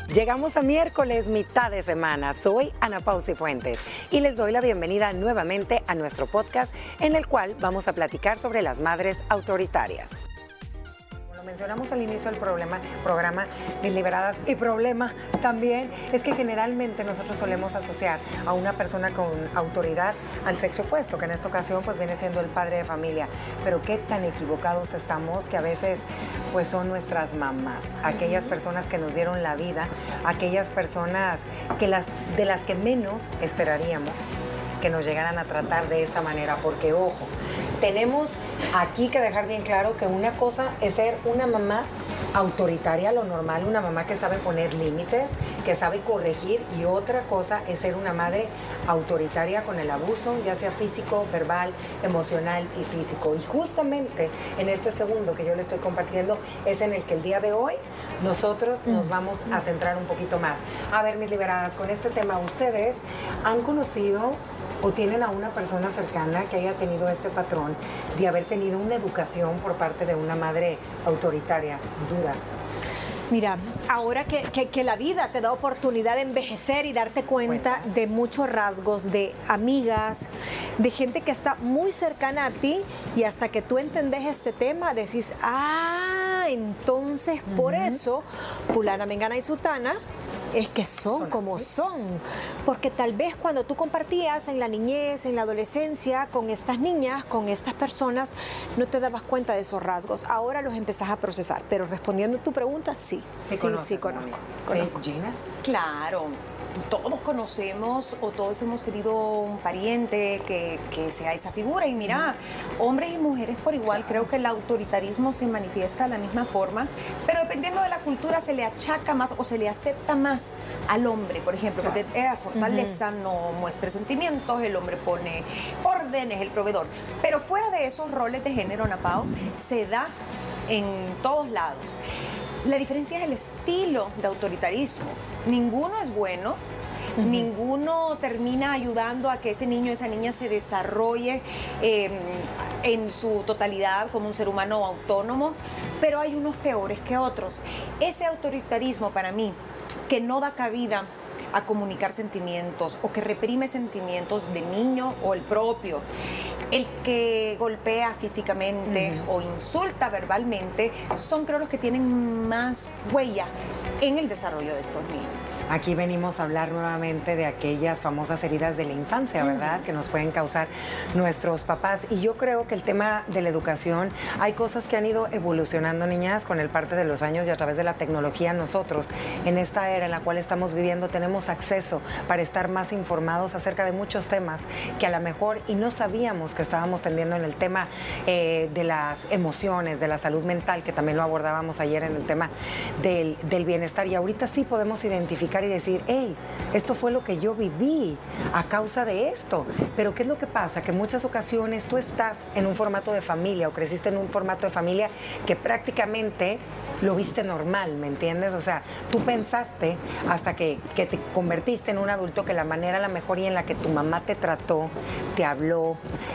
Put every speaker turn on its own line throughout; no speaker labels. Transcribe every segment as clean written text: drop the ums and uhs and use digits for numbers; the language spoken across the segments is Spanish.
Llegamos a miércoles, mitad de semana. Soy Ana Pau Cifuentes y les doy la bienvenida nuevamente a nuestro podcast en el cual vamos a platicar sobre las madres autoritarias. Como lo mencionamos al inicio del programa, Mis Liberadas, y problema también es que generalmente nosotros solemos asociar a una persona con autoridad al sexo opuesto, que en esta ocasión pues viene siendo el padre de familia. Pero qué tan equivocados estamos que a veces pues son nuestras mamás, aquellas personas que nos dieron la vida, aquellas personas de las que menos esperaríamos que nos llegaran a tratar de esta manera, porque ojo, tenemos aquí que dejar bien claro que una cosa es ser una mamá autoritaria, lo normal, una mamá que sabe poner límites, que sabe corregir, y otra cosa es ser una madre autoritaria con el abuso, ya sea físico, verbal, emocional y físico. Y justamente en este segundo que yo le estoy compartiendo es en el que el día de hoy nosotros nos vamos a centrar un poquito más. A ver, mis liberadas, con este tema, ¿ustedes han conocido o tienen a una persona cercana que haya tenido este patrón de haber tenido una educación por parte de una madre autoritaria, dura?
Mira, ahora que la vida te da oportunidad de envejecer y darte cuenta de muchos rasgos de amigas, de gente que está muy cercana a ti, y hasta que tú entendés este tema, decís, entonces por eso fulana, mengana y sutana es que son como así son, porque tal vez cuando tú compartías en la niñez, en la adolescencia, con estas niñas, con estas personas, no te dabas cuenta de esos rasgos. Ahora los empezás a procesar, pero respondiendo a tu pregunta, sí conozco.
¿Sí, Gina?
Claro. Todos conocemos o todos hemos tenido un pariente que sea esa figura, y mira, hombres y mujeres por igual, creo que el autoritarismo se manifiesta de la misma forma, pero dependiendo de la cultura se le achaca más o se le acepta más al hombre, por ejemplo, porque fortaleza, no muestre sentimientos, el hombre pone órdenes, el proveedor, pero fuera de esos roles de género, Ana Pau, se da en todos lados. La diferencia es el estilo de autoritarismo. Ninguno es bueno, ninguno termina ayudando a que ese niño, esa niña se desarrolle en su totalidad como un ser humano autónomo, pero hay unos peores que otros. Ese autoritarismo, para mí, que no da cabida a comunicar sentimientos o que reprime sentimientos de niño o el propio, el que golpea físicamente o insulta verbalmente, son, creo, los que tienen más huella en el desarrollo de estos niños.
Aquí venimos a hablar nuevamente de aquellas famosas heridas de la infancia, ¿verdad? Que nos pueden causar nuestros papás. Y yo creo que el tema de la educación, hay cosas que han ido evolucionando, niñas, con el parte de los años y a través de la tecnología. Nosotros, en esta era en la cual estamos viviendo, tenemos acceso para estar más informados acerca de muchos temas que a lo mejor y no sabíamos que estábamos tendiendo en el tema de las emociones, de la salud mental, que también lo abordábamos ayer en el tema del bienestar. Y ahorita sí podemos identificar y decir, hey, esto fue lo que yo viví a causa de esto. Pero ¿qué es lo que pasa? Que en muchas ocasiones tú estás en un formato de familia o creciste en un formato de familia que prácticamente lo viste normal, ¿me entiendes? O sea, tú pensaste hasta que te convertiste en un adulto que la manera, la mejor y en la que tu mamá te trató, te habló,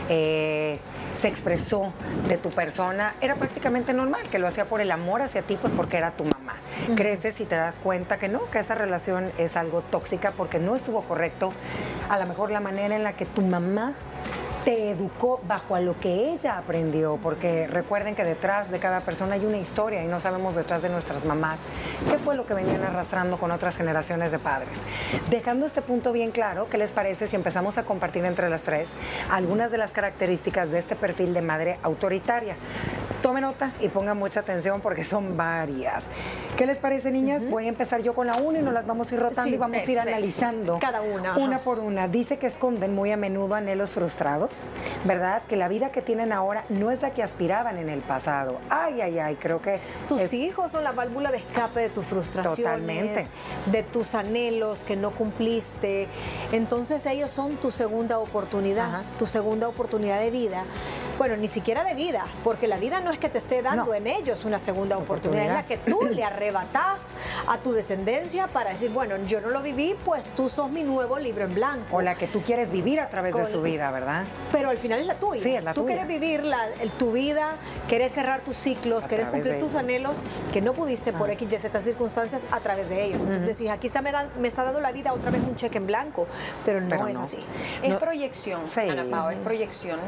se expresó de tu persona, era prácticamente normal, que lo hacía por el amor hacia ti, pues porque era tu mamá. Creces y te das cuenta que no, que esa relación es algo tóxica porque no estuvo correcto, a lo mejor la manera en la que tu mamá te educó bajo a lo que ella aprendió, porque recuerden que detrás de cada persona hay una historia y no sabemos detrás de nuestras mamás qué fue lo que venían arrastrando con otras generaciones de padres. Dejando este punto bien claro, ¿qué les parece si empezamos a compartir entre las tres algunas de las características de este perfil de madre autoritaria? Tome nota y pongan mucha atención porque son varias. ¿Qué les parece, niñas? Voy a empezar yo con la una y nos las vamos a ir rotando y vamos a ir analizando
cada una.
Una por una. Dice que esconden muy a menudo anhelos frustrados, ¿verdad? Que la vida que tienen ahora no es la que aspiraban en el pasado. Ay, ay, ay, creo que
tus hijos son la válvula de escape de tus frustraciones,
totalmente,
de tus anhelos que no cumpliste. Entonces ellos son tu segunda oportunidad, tu segunda oportunidad de vida. Bueno, ni siquiera de vida, porque la vida no es que te esté dando en ellos una segunda oportunidad, es la que tú le arrebatas a tu descendencia para decir, bueno, yo no lo viví, pues tú sos mi nuevo libro en blanco.
O la que tú quieres vivir a través de su vida, ¿verdad?
Pero al final es la tuya.
Sí, es la
tú
tuya.
quieres vivir tu vida, quieres cerrar tus ciclos, quieres cumplir tus anhelos que no pudiste por X, Y, Z circunstancias a través de ellos. Entonces decís, aquí me está dando la vida otra vez un cheque en blanco, pero no es así.
Es proyección, Ana Pao, es proyección.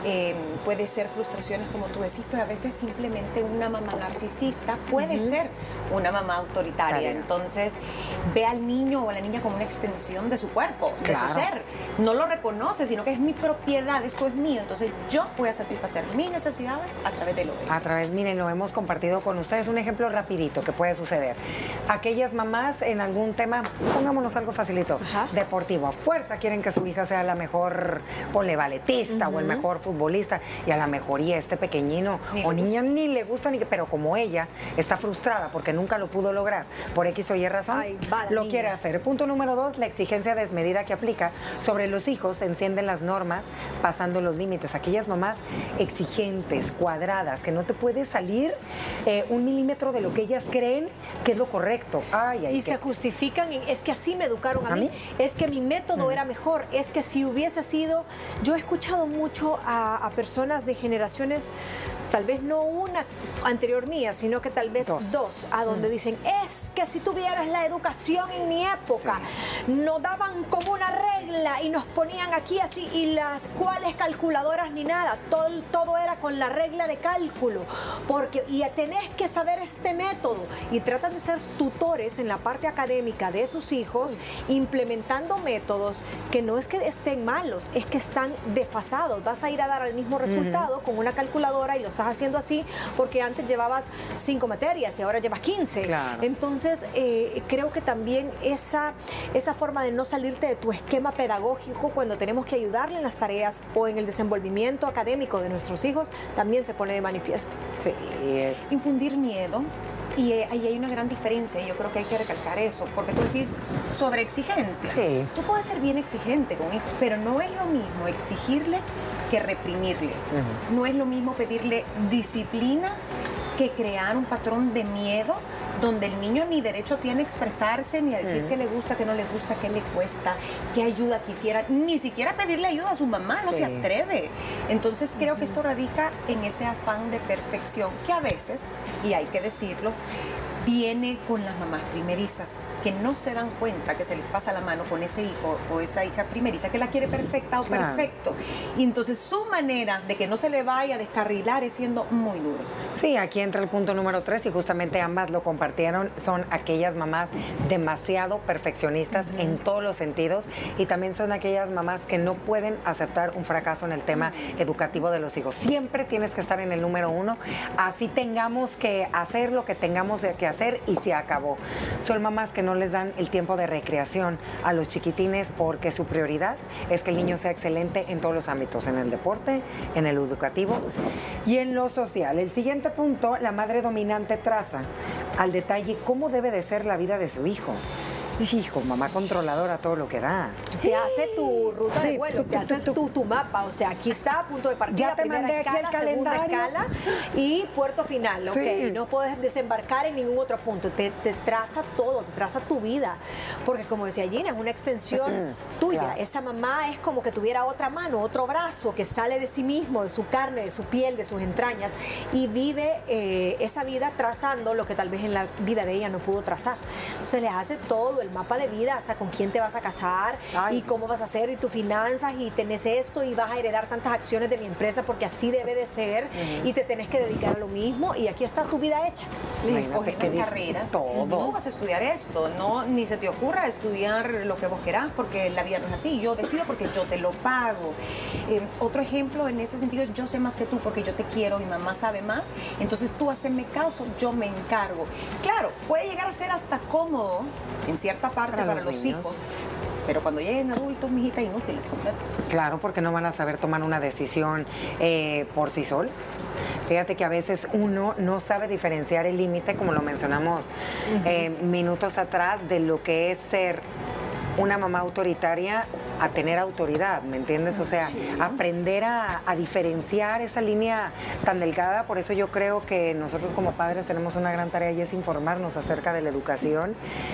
Puede ser frustraciones, como tú decís, pero a veces simplemente una mamá narcisista puede ser una mamá autoritaria. Entonces, ve al niño o a la niña como una extensión de su cuerpo, de su ser. No lo reconoce, sino que es mi propiedad, esto es mío. Entonces, yo voy a satisfacer mis necesidades a través de lo de él.
A través, miren, lo hemos compartido con ustedes. Un ejemplo rapidito que puede suceder. Aquellas mamás en algún tema, pongámonos algo facilito, deportivo, a fuerza quieren que su hija sea la mejor voleibolista o el mejor futbolista, y a lo mejor y este pequeñino o niña ni le gusta, pero como ella está frustrada porque nunca lo pudo lograr por X o Y razón, lo quiere hacer. Punto número 2, la exigencia desmedida que aplica sobre los hijos encienden las normas pasando los límites. Aquellas mamás exigentes, cuadradas, que no te puedes salir un milímetro de lo que ellas creen que es lo correcto.
Y se justifican en, es que así me educaron a mí, es que mi método era mejor, es que si hubiese sido, yo he escuchado mucho a personas de generaciones, tal vez no una anterior mía, sino que tal vez dos, a donde dicen, es que si tuvieras la educación en mi época, nos daban como una regla y nos ponían aquí así, y las cuales calculadoras ni nada, todo era con la regla de cálculo, porque y tenés que saber este método, y tratan de ser tutores en la parte académica de sus hijos, implementando métodos que no es que estén malos, es que están desfasados. Vas a ir a dar el mismo resultado con una calculadora y lo estás haciendo así porque antes llevabas 5 materias y ahora llevas 15.
Claro.
Entonces, creo que también esa forma de no salirte de tu esquema pedagógico cuando tenemos que ayudarle en las tareas o en el desenvolvimiento académico de nuestros hijos también se pone de manifiesto.
Sí,
infundir miedo. Y ahí hay una gran diferencia, y yo creo que hay que recalcar eso, porque tú decís sobre exigencia.
Sí.
Tú puedes ser bien exigente con un hijo, pero no es lo mismo exigirle que reprimirle. No es lo mismo pedirle disciplina que crear un patrón de miedo donde el niño ni derecho tiene a expresarse, ni a decir qué le gusta, qué no le gusta, qué le cuesta, qué ayuda quisiera, ni siquiera pedirle ayuda a su mamá, no se atreve. Entonces creo que esto radica en ese afán de perfección que a veces, y hay que decirlo, viene con las mamás primerizas, que no se dan cuenta que se les pasa la mano con ese hijo o esa hija primeriza que la quiere perfecta o perfecto. Y entonces su manera de que no se le vaya a descarrilar es siendo muy duro.
Sí, aquí entra el punto número 3 y justamente ambas lo compartieron. Son aquellas mamás demasiado perfeccionistas en todos los sentidos, y también son aquellas mamás que no pueden aceptar un fracaso en el tema educativo de los hijos. Siempre tienes que estar en el número 1, así tengamos que hacer lo que tengamos que hacer y se acabó. Son mamás que no les dan el tiempo de recreación a los chiquitines porque su prioridad es que el niño sea excelente en todos los ámbitos, en el deporte, en el educativo y en lo social. El siguiente punto, la madre dominante traza al detalle cómo debe de ser la vida de su hijo. Hijo, mamá controladora, todo lo que da.
Te hace tu ruta de vuelo, te hace tu mapa. O sea, aquí está, punto de partida,
ya te
primera
mandé
escala,
aquí el
segunda
calendario.
escala y puerto final.
Sí.
Okay, no puedes desembarcar en ningún otro punto. Te traza todo, te traza tu vida. Porque como decía Gina, es una extensión tuya.
Claro.
Esa mamá es como que tuviera otra mano, otro brazo que sale de sí mismo, de su carne, de su piel, de sus entrañas y vive esa vida trazando lo que tal vez en la vida de ella no pudo trazar. Entonces les hace todo el mapa de vida, hasta con quién te vas a casar y cómo vas a hacer y tus finanzas y tenés esto y vas a heredar tantas acciones de mi empresa porque así debe de ser y te tenés que dedicar a lo mismo y aquí está tu vida hecha.
Escoger las carreras.
Todo.
No vas a estudiar esto, no, ni se te ocurra estudiar lo que vos querás porque la vida no es así. Yo decido porque yo te lo pago. Otro ejemplo en ese sentido es yo sé más que tú porque yo te quiero, mi mamá sabe más, entonces tú haceme caso, yo me encargo. Claro, puede llegar a ser hasta cómodo en cierta parte para los hijos, pero cuando lleguen adultos, mijita, inútiles completo.
Claro, porque no van a saber tomar una decisión por sí solos. Fíjate que a veces uno no sabe diferenciar el límite, como lo mencionamos minutos atrás, de lo que es ser una mamá autoritaria a tener autoridad, ¿me entiendes? O sea, aprender a diferenciar esa línea tan delgada. Por eso yo creo que nosotros como padres tenemos una gran tarea y es informarnos acerca de la educación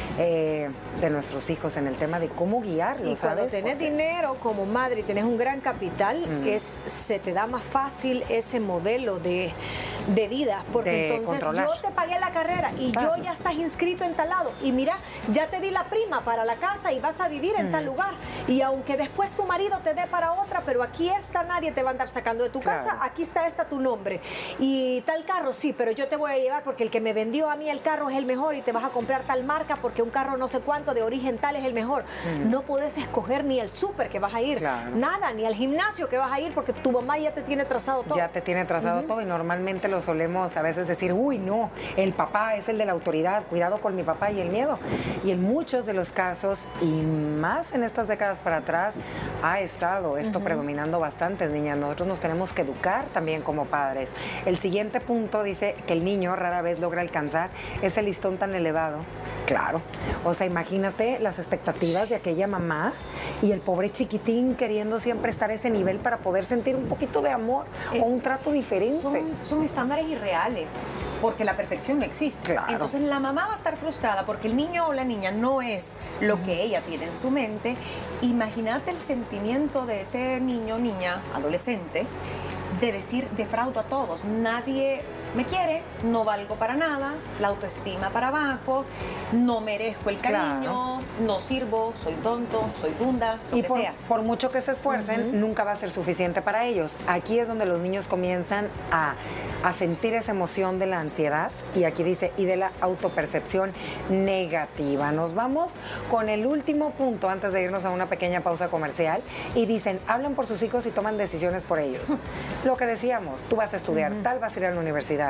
de nuestros hijos en el tema de cómo guiarlos.
Y cuando
¿sabes?
tenés dinero como madre y tenés un gran capital, se te da más fácil ese modelo de vida, porque
De
entonces
controlar.
yo te pagué la carrera y yo ya estás inscrito en tal lado y mira, ya te di la prima para la casa y vas a vivir en tal lugar, y aunque después tu marido te dé para otra, pero aquí está, nadie te va a andar sacando de tu casa, aquí está tu nombre, y tal carro, sí, pero yo te voy a llevar porque el que me vendió a mí el carro es el mejor y te vas a comprar tal marca porque un carro no sé cuánto de origen tal es el mejor. No puedes escoger ni el súper que vas a ir, nada, ni al gimnasio que vas a ir porque tu mamá ya te tiene trazado todo.
Ya te tiene trazado todo, y normalmente lo solemos a veces decir, uy, no, el papá es el de la autoridad, cuidado con mi papá y el miedo. Y en muchos de los casos, y más en estas décadas para atrás, ha estado esto predominando bastante, niñas. Nosotros nos tenemos que educar también como padres. El siguiente punto dice que el niño rara vez logra alcanzar ese listón tan elevado. Claro. O sea, imagínate las expectativas de aquella mamá y el pobre chiquitín queriendo siempre estar a ese nivel para poder sentir un poquito de amor o un trato diferente.
Son estándares irreales, porque la perfección no existe.
Claro.
Entonces la mamá va a estar frustrada porque el niño o la niña no es lo que ella tiene en su mente. Imagínate el sentimiento de ese niño, niña, adolescente, de decir, defraudo a todos, nadie me quiere, no valgo para nada, la autoestima para abajo, no merezco el cariño, no sirvo, soy tonto, soy dunda, lo que sea.
Por mucho que se esfuercen, nunca va a ser suficiente para ellos. Aquí es donde los niños comienzan a sentir esa emoción de la ansiedad, y aquí dice, y de la autopercepción negativa. Nos vamos con el último punto antes de irnos a una pequeña pausa comercial, y dicen, hablan por sus hijos y toman decisiones por ellos. Lo que decíamos, tú vas a estudiar, tal vas a ir a la universidad,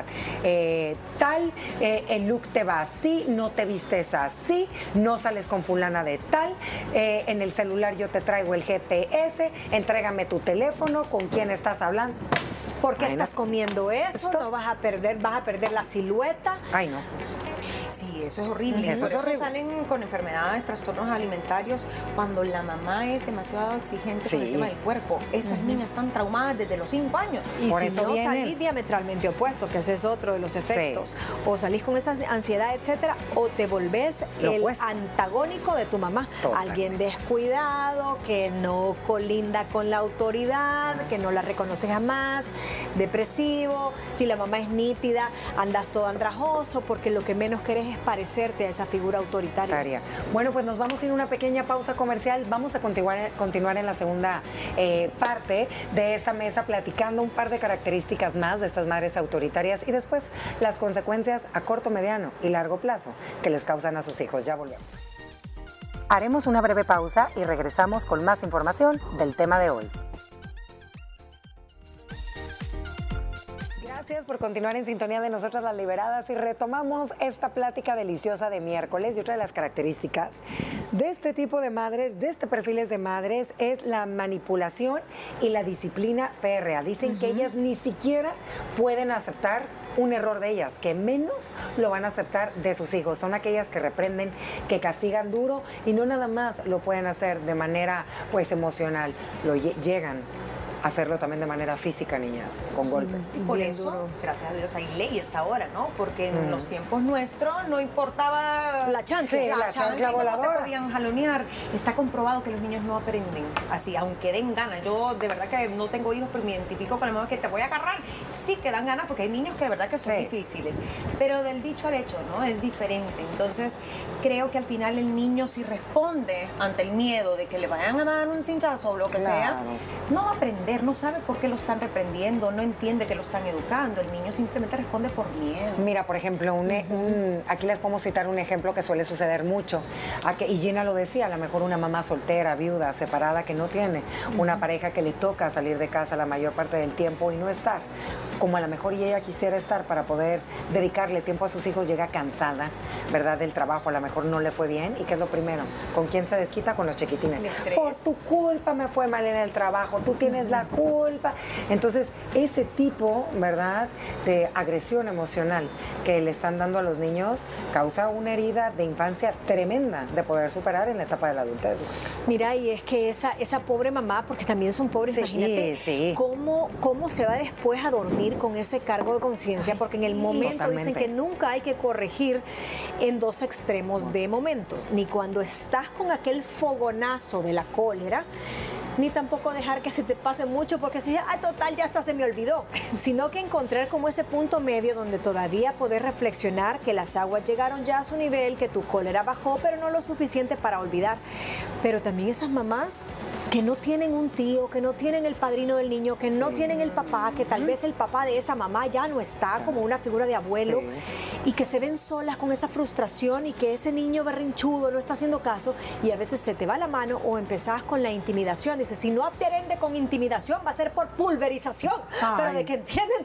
tal el look te va así, no te vistes así, no sales con fulana de tal, en el celular yo te traigo el GPS, entrégame tu teléfono, con quién estás hablando.
¿Por qué estás comiendo eso? No vas a perder la silueta.
Ay, no.
Sí, eso es horrible. Por eso salen con enfermedades, trastornos alimentarios, cuando la mamá es demasiado exigente con el tema del cuerpo. Estas niñas están traumadas desde los 5 años.
Y
por
si
eso
no salís diametralmente opuesto, que ese es otro de los efectos, o salís con esa ansiedad, etcétera, o te volvés el antagónico de tu mamá. Alguien descuidado, que no colinda con la autoridad, que no la reconoce jamás, depresivo. Si la mamá es nítida, andas todo andrajoso, porque lo que menos querés es parecerte a esa figura autoritaria.
Bueno, pues nos vamos a ir a una pequeña pausa comercial. Vamos a continuar en la segunda parte de esta mesa, platicando un par de características más de estas madres autoritarias y después las consecuencias a corto, mediano y largo plazo que les causan a sus hijos. Ya volvemos. Haremos una breve pausa y regresamos con más información del tema de hoy. Gracias por continuar en sintonía de Nosotras las Liberadas, y retomamos esta plática deliciosa de miércoles. Y otra de las características de este tipo de madres, de este perfiles de madres, es la manipulación y la disciplina férrea. Dicen que ellas ni siquiera pueden aceptar un error de ellas, que menos lo van a aceptar de sus hijos. Son aquellas que reprenden, que castigan duro, y no nada más lo pueden hacer de manera pues emocional, lo llegan hacerlo también de manera física, niñas, con golpes.
Y por eso, gracias a Dios, hay leyes ahora, ¿no? Porque en los tiempos nuestros no importaba
la chance,
la chancla
voladora.
No te podían jalonear. Está comprobado que los niños no aprenden así, aunque den ganas. Yo de verdad que no tengo hijos, pero me identifico con la mamá que te voy a agarrar. Sí que dan ganas, porque hay niños que de verdad que son difíciles. Pero del dicho al hecho, ¿no? Es diferente. Entonces, creo que al final el niño, si responde ante el miedo de que le vayan a dar un cinchazo o lo que sea, no va a aprender. No sabe por qué lo están reprendiendo, no entiende que lo están educando. El niño simplemente responde por miedo.
Mira, por ejemplo, aquí les podemos citar un ejemplo que suele suceder mucho. Y Gina lo decía, a lo mejor una mamá soltera, viuda, separada, que no tiene una pareja que le toca salir de casa la mayor parte del tiempo y no estar como a lo mejor ella quisiera estar para poder dedicarle tiempo a sus hijos, llega cansada, ¿verdad? Del trabajo, a lo mejor no le fue bien. ¿Y qué es lo primero? ¿Con quién se desquita? Con los chiquitines.
El estrés.
Por tu culpa me fue mal en el trabajo, tú tienes la culpa. Entonces, ese tipo, ¿verdad?, de agresión emocional que le están dando a los niños causa una herida de infancia tremenda de poder superar en la etapa de la adultez.
Mira, y es que esa pobre mamá, porque también son pobres,
Sí,
imagínate
sí.
cómo se va después a dormir con ese cargo de conciencia, porque en el momento
totalmente.
dicen que nunca hay que corregir en dos extremos de momentos, ni cuando estás con aquel fogonazo de la cólera, ni tampoco dejar que se te pase mucho porque si, total, ya hasta se me olvidó, sino que encontrar como ese punto medio donde todavía poder reflexionar que las aguas llegaron ya a su nivel, que tu cólera bajó, pero no lo suficiente para olvidar. Pero también esas mamás que no tienen un tío, que no tienen el padrino del niño, que no tienen el papá, que tal vez el papá de esa mamá ya no está como una figura de abuelo, y que se ven solas con esa frustración y que ese niño berrinchudo no está haciendo caso y a veces se te va la mano o empezás con la intimidación. Dices, si no aprende con intimidación va a ser por pulverización.
Ay.
Pero de que entienden.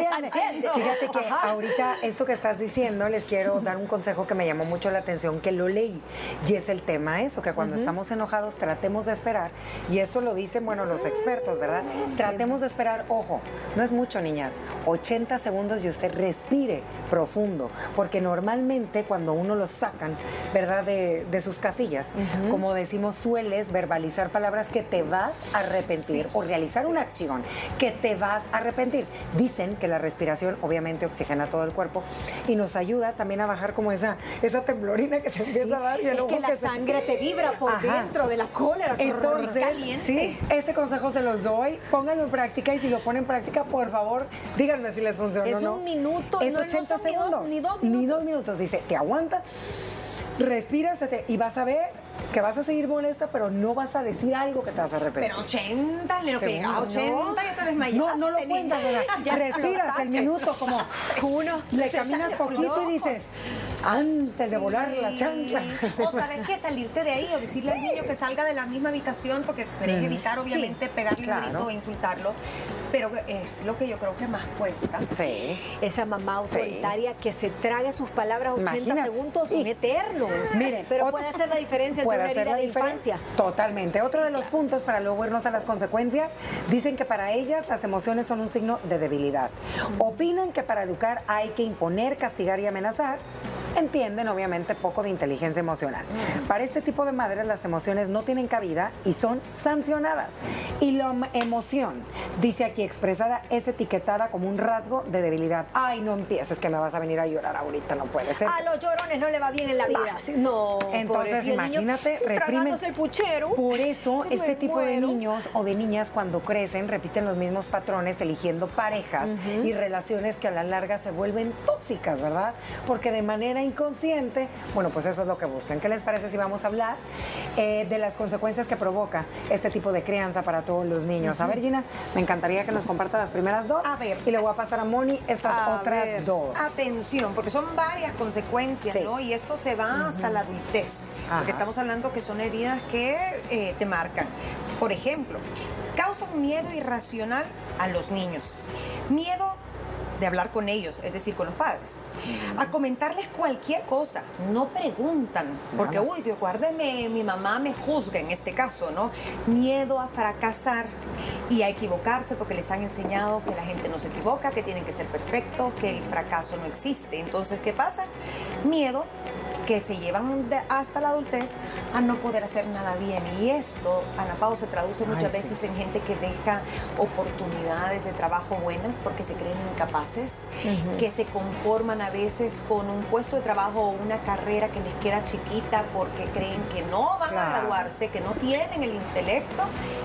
Fíjate que ahorita esto que estás diciendo, les quiero dar un consejo que me llamó mucho la atención, que lo leí, y es el tema eso, que cuando estamos enojados tratemos de esperar, y esto lo dicen, bueno, los expertos, ¿verdad? Tratemos de esperar, ojo, no es mucho, niñas, 80 segundos y usted respire profundo, porque normalmente cuando uno lo sacan, ¿verdad?, de sus casillas, como decimos, sueles verbalizar palabras que te vas a arrepentir o realizar una acción que te vas a arrepentir. Dicen que la respiración obviamente oxigena todo el cuerpo y nos ayuda también a bajar como esa temblorina que te empieza a dar. Y
es que la sangre te vibra por dentro de la cólera.
Entonces,
caliente.
sí, este consejo se los doy, pónganlo en práctica y si lo ponen en práctica, por favor, díganme si les funcionó
Es
o no.
un minuto,
es
no
80
son ni
segundos.
ni 2 minutos.
Ni 2 minutos, dice, te aguanta, respiras y vas a ver que vas a seguir molesta, pero no vas a decir algo que te vas a arrepentir.
Pero 80, le lo que llega a 80 ya te desmayaste.
No lo cuentas, ¿verdad?
Ya
Respiras
explotaste.
el minuto como uno, le
te
caminas
sale por
poquito
los
y dices, antes de volar la chancla.
O sabes qué, salirte de ahí o decirle al niño que salga de la misma habitación porque querés evitar obviamente pegarle un grito e insultarlo, pero es lo que yo creo que más cuesta.
Sí.
Esa mamá autoritaria que se trague sus palabras 80
Imagínate.
segundos son eternos.
Miren,
pero
otro-
puede hacer la diferencia entre
Puede
una
hacer
herida
la
de
diferencia.
infancia.
Totalmente. Otro de los puntos para luego irnos a las consecuencias, dicen que para ellas las emociones son un signo de debilidad. Opinan que para educar hay que imponer, castigar y amenazar. Entienden, obviamente, poco de inteligencia emocional. Para este tipo de madres, las emociones no tienen cabida y son sancionadas. Y la emoción, dice aquí expresada, es etiquetada como un rasgo de debilidad. Ay, no empieces que me vas a venir a llorar ahorita, no puede ser.
A los llorones no le va bien en la vida. No,
Entonces,
pobrecito, el niño
imagínate, reprimen.
tragándose el puchero.
Por eso,
Me
este tipo de
muero.
niños o de niñas, cuando crecen, repiten los mismos patrones, eligiendo parejas y relaciones que a la larga se vuelven tóxicas, ¿verdad? Porque de manera inconsciente, bueno, pues eso es lo que buscan. ¿Qué les parece si vamos a hablar de las consecuencias que provoca este tipo de crianza para todos los niños? A ver, Gina, me encantaría que nos comparta las primeras dos.
A ver.
Y le voy a pasar a Moni estas
A
otras
ver.
dos.
Atención, porque son varias consecuencias,
Sí.
¿no? Y esto se va hasta la adultez,
Ajá.
porque estamos hablando que son heridas que te marcan. Por ejemplo, causan miedo irracional a los niños. Miedo de hablar con ellos, es decir, con los padres. A comentarles cualquier cosa. No preguntan, porque,
Nada.
uy, Dios, guárdeme, mi mamá me juzga en este caso, ¿no? Miedo a fracasar y a equivocarse porque les han enseñado que la gente no se equivoca, que tienen que ser perfectos, que el fracaso no existe. Entonces, ¿qué pasa? Miedo que se llevan hasta la adultez a no poder hacer nada bien. Y esto, Ana Pao, se traduce muchas
sí.
veces en gente que deja oportunidades de trabajo buenas porque se creen incapaces, que se conforman a veces con un puesto de trabajo o una carrera que les queda chiquita porque creen que no van a
Claro.
graduarse, que no tienen el intelecto,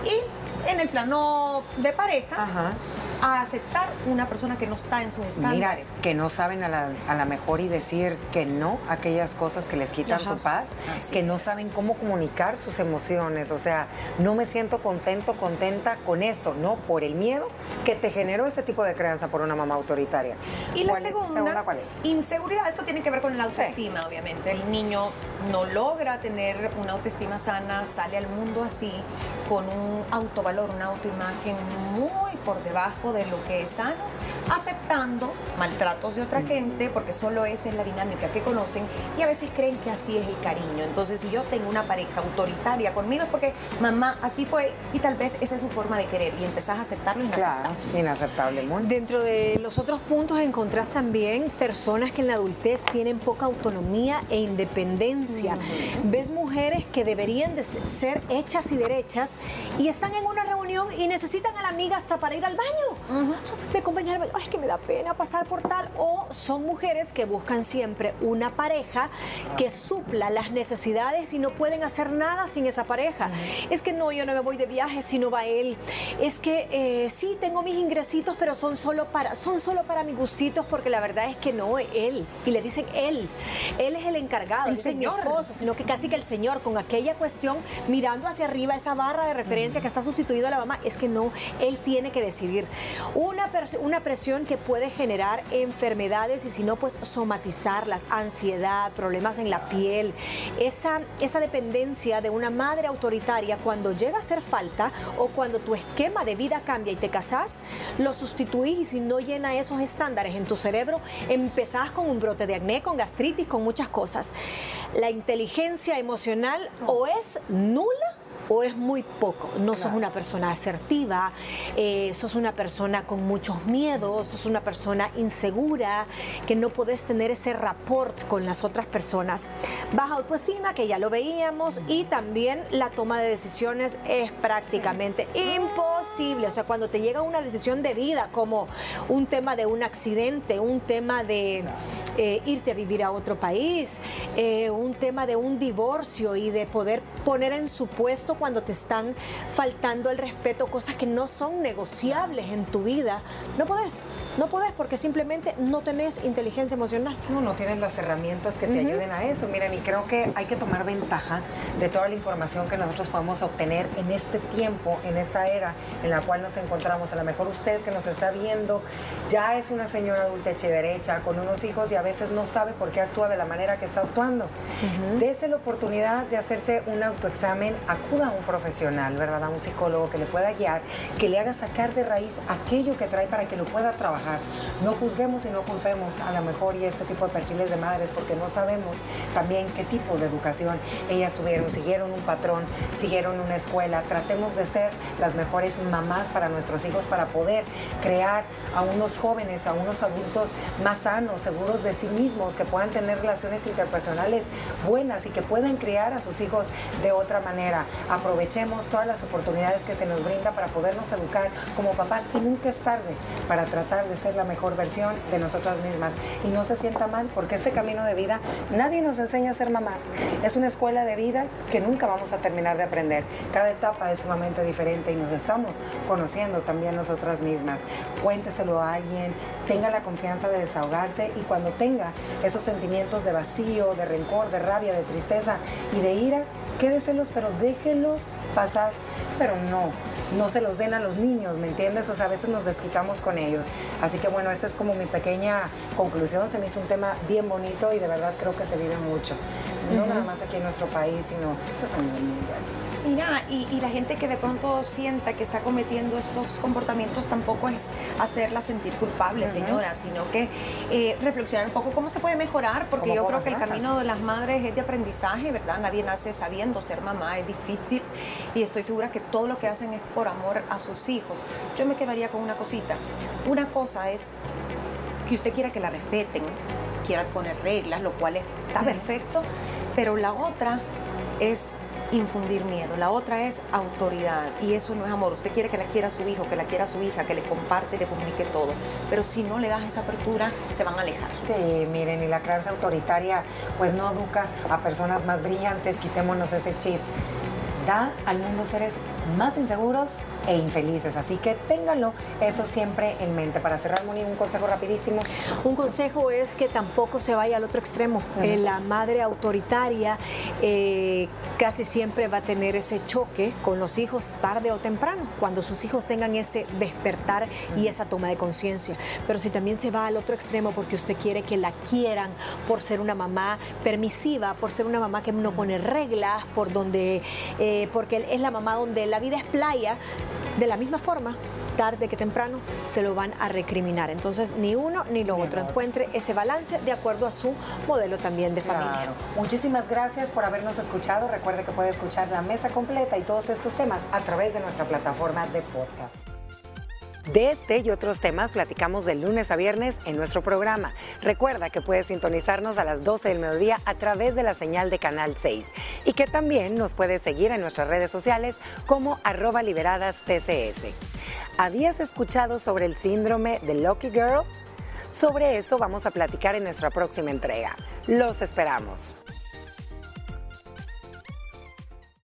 y en el plano de pareja,
Ajá.
a aceptar una persona que no está en sus
Mira,
estándares.
que no saben a la mejor y decir que no a aquellas cosas que les quitan
Ajá.
su paz,
Así
que no
es.
saben cómo comunicar sus emociones, o sea, no me siento contento, contenta con esto, no, por el miedo que te generó ese tipo de crianza por una mamá autoritaria.
Y la
¿Cuál es?
segunda,
¿Cuál es?
inseguridad. Esto tiene que ver con la autoestima, obviamente. El niño no logra tener una autoestima sana, sale al mundo así, con un autovalor, una autoimagen muy por debajo de lo que es sano, aceptando maltratos de otra gente, porque solo esa es la dinámica que conocen, y a veces creen que así es el cariño. Entonces, si yo tengo una pareja autoritaria conmigo es porque mamá así fue, y tal vez esa es su forma de querer, y empezás a aceptarlo inaceptable.
Claro, inaceptable.
Dentro de los otros puntos encontrás también personas que en la adultez tienen poca autonomía e independencia. Ves mujeres que deberían de ser hechas y derechas y están en una reunión y necesitan a la amiga hasta para ir al baño. Me acompaña al baño, ay, es que me da pena pasar por tal. O son mujeres que buscan siempre una pareja que supla las necesidades y no pueden hacer nada sin esa pareja. Es que no, yo no me voy de viaje si no va él. Es que sí, tengo mis ingresitos, pero son solo para mis gustitos, porque la verdad es que no, él. Y le dicen él. Él es el encargado,
el
señor. Mi esposo, sino que casi que el señor, con aquella cuestión, mirando hacia arriba, esa barra de referencia que está sustituido a la mamá. Es que no, él tiene que decidir. Una presión que puede generar enfermedades y si no, pues somatizarlas, ansiedad, problemas en la piel. Esa dependencia de una madre autoritaria, cuando llega a hacer falta o cuando tu esquema de vida cambia y te casás, lo sustituís, y si no llena esos estándares en tu cerebro, empezás con un brote de acné, con gastritis, con muchas cosas. La inteligencia emocional o es nula o es muy poco. No sos una persona asertiva, sos una persona con muchos miedos, sos una persona insegura, que no podés tener ese rapport con las otras personas. Baja autoestima, que ya lo veíamos, y también la toma de decisiones es prácticamente imposible. O sea, cuando te llega una decisión de vida, como un tema de un accidente, un tema de irte a vivir a otro país, un tema de un divorcio y de poder poner en su puesto cuando te están faltando el respeto, cosas que no son negociables en tu vida, no podés porque simplemente no tenés inteligencia emocional.
No tienes las herramientas que te ayuden a eso. Miren, y creo que hay que tomar ventaja de toda la información que nosotros podemos obtener en este tiempo, en esta era en la cual nos encontramos. A lo mejor usted que nos está viendo ya es una señora adulta hecha y derecha, con unos hijos, y a veces no sabe por qué actúa de la manera que está actuando. Dese la oportunidad de hacerse un autoexamen, acuda a un profesional, ¿verdad? A un psicólogo que le pueda guiar, que le haga sacar de raíz aquello que trae para que lo pueda trabajar. No juzguemos y no culpemos a lo mejor y este tipo de perfiles de madres, porque no sabemos también qué tipo de educación ellas tuvieron, siguieron un patrón, siguieron una escuela. Tratemos de ser las mejores mamás para nuestros hijos, para poder crear a unos jóvenes, a unos adultos más sanos, seguros de sí mismos, que puedan tener relaciones interpersonales buenas y que puedan criar a sus hijos de otra manera. Aprovechemos todas las oportunidades que se nos brinda para podernos educar como papás, y nunca es tarde para tratar de ser la mejor versión de nosotras mismas. Y no se sienta mal, porque este camino de vida nadie nos enseña a ser mamás. Es una escuela de vida que nunca vamos a terminar de aprender. Cada etapa es sumamente diferente y nos estamos conociendo también nosotras mismas. Cuénteselo a alguien, tenga la confianza de desahogarse, y cuando tenga esos sentimientos de vacío, de rencor, de rabia, de tristeza y de ira, quédeselos, pero déjenlos pasar, pero no se los den a los niños, ¿me entiendes? O sea, a veces nos desquitamos con ellos. Así que bueno, esa es como mi pequeña conclusión. Se me hizo un tema bien bonito y de verdad creo que se vive mucho. No nada más aquí en nuestro país, sino pues a nivel mundial.
Mira, y la gente que de pronto sienta que está cometiendo estos comportamientos tampoco es hacerla sentir culpable, señora, sino que reflexionar un poco cómo se puede mejorar, porque yo creo que el camino de las madres es de aprendizaje, ¿verdad? Nadie nace sabiendo ser mamá, es difícil, y estoy segura que todo lo que hacen es por amor a sus hijos. Yo me quedaría con una cosita. Una cosa es que usted quiera que la respeten, quiera poner reglas, lo cual está perfecto, pero la otra es infundir miedo, la otra es autoridad, y eso no es amor. Usted quiere que la quiera su hijo, que la quiera su hija, que le comparte, le comunique todo, pero si no le das esa apertura, se van a alejar.
Sí, miren, y la crianza autoritaria pues no educa a personas más brillantes. Quitémonos ese chip. Da al mundo seres más inseguros e infelices, así que ténganlo eso siempre en mente. Para cerrar, Moni, un consejo rapidísimo.
Un consejo es que tampoco se vaya al otro extremo. La madre autoritaria casi siempre va a tener ese choque con los hijos tarde o temprano, cuando sus hijos tengan ese despertar y esa toma de conciencia. Pero si también se va al otro extremo porque usted quiere que la quieran por ser una mamá permisiva, por ser una mamá que no pone reglas, porque es la mamá donde la vida es playa, de la misma forma, tarde que temprano, se lo van a recriminar. Entonces, ni uno ni lo otro. Encuentre ese balance de acuerdo a su modelo también de familia.
Muchísimas gracias por habernos escuchado. Recuerde que puede escuchar la mesa completa y todos estos temas a través de nuestra plataforma de podcast. De este y otros temas platicamos de lunes a viernes en nuestro programa. Recuerda que puedes sintonizarnos a las 12 del mediodía a través de la señal de Canal 6 y que también nos puedes seguir en nuestras redes sociales como @liberadastcs. ¿Habías escuchado sobre el síndrome de Lucky Girl? Sobre eso vamos a platicar en nuestra próxima entrega. Los esperamos.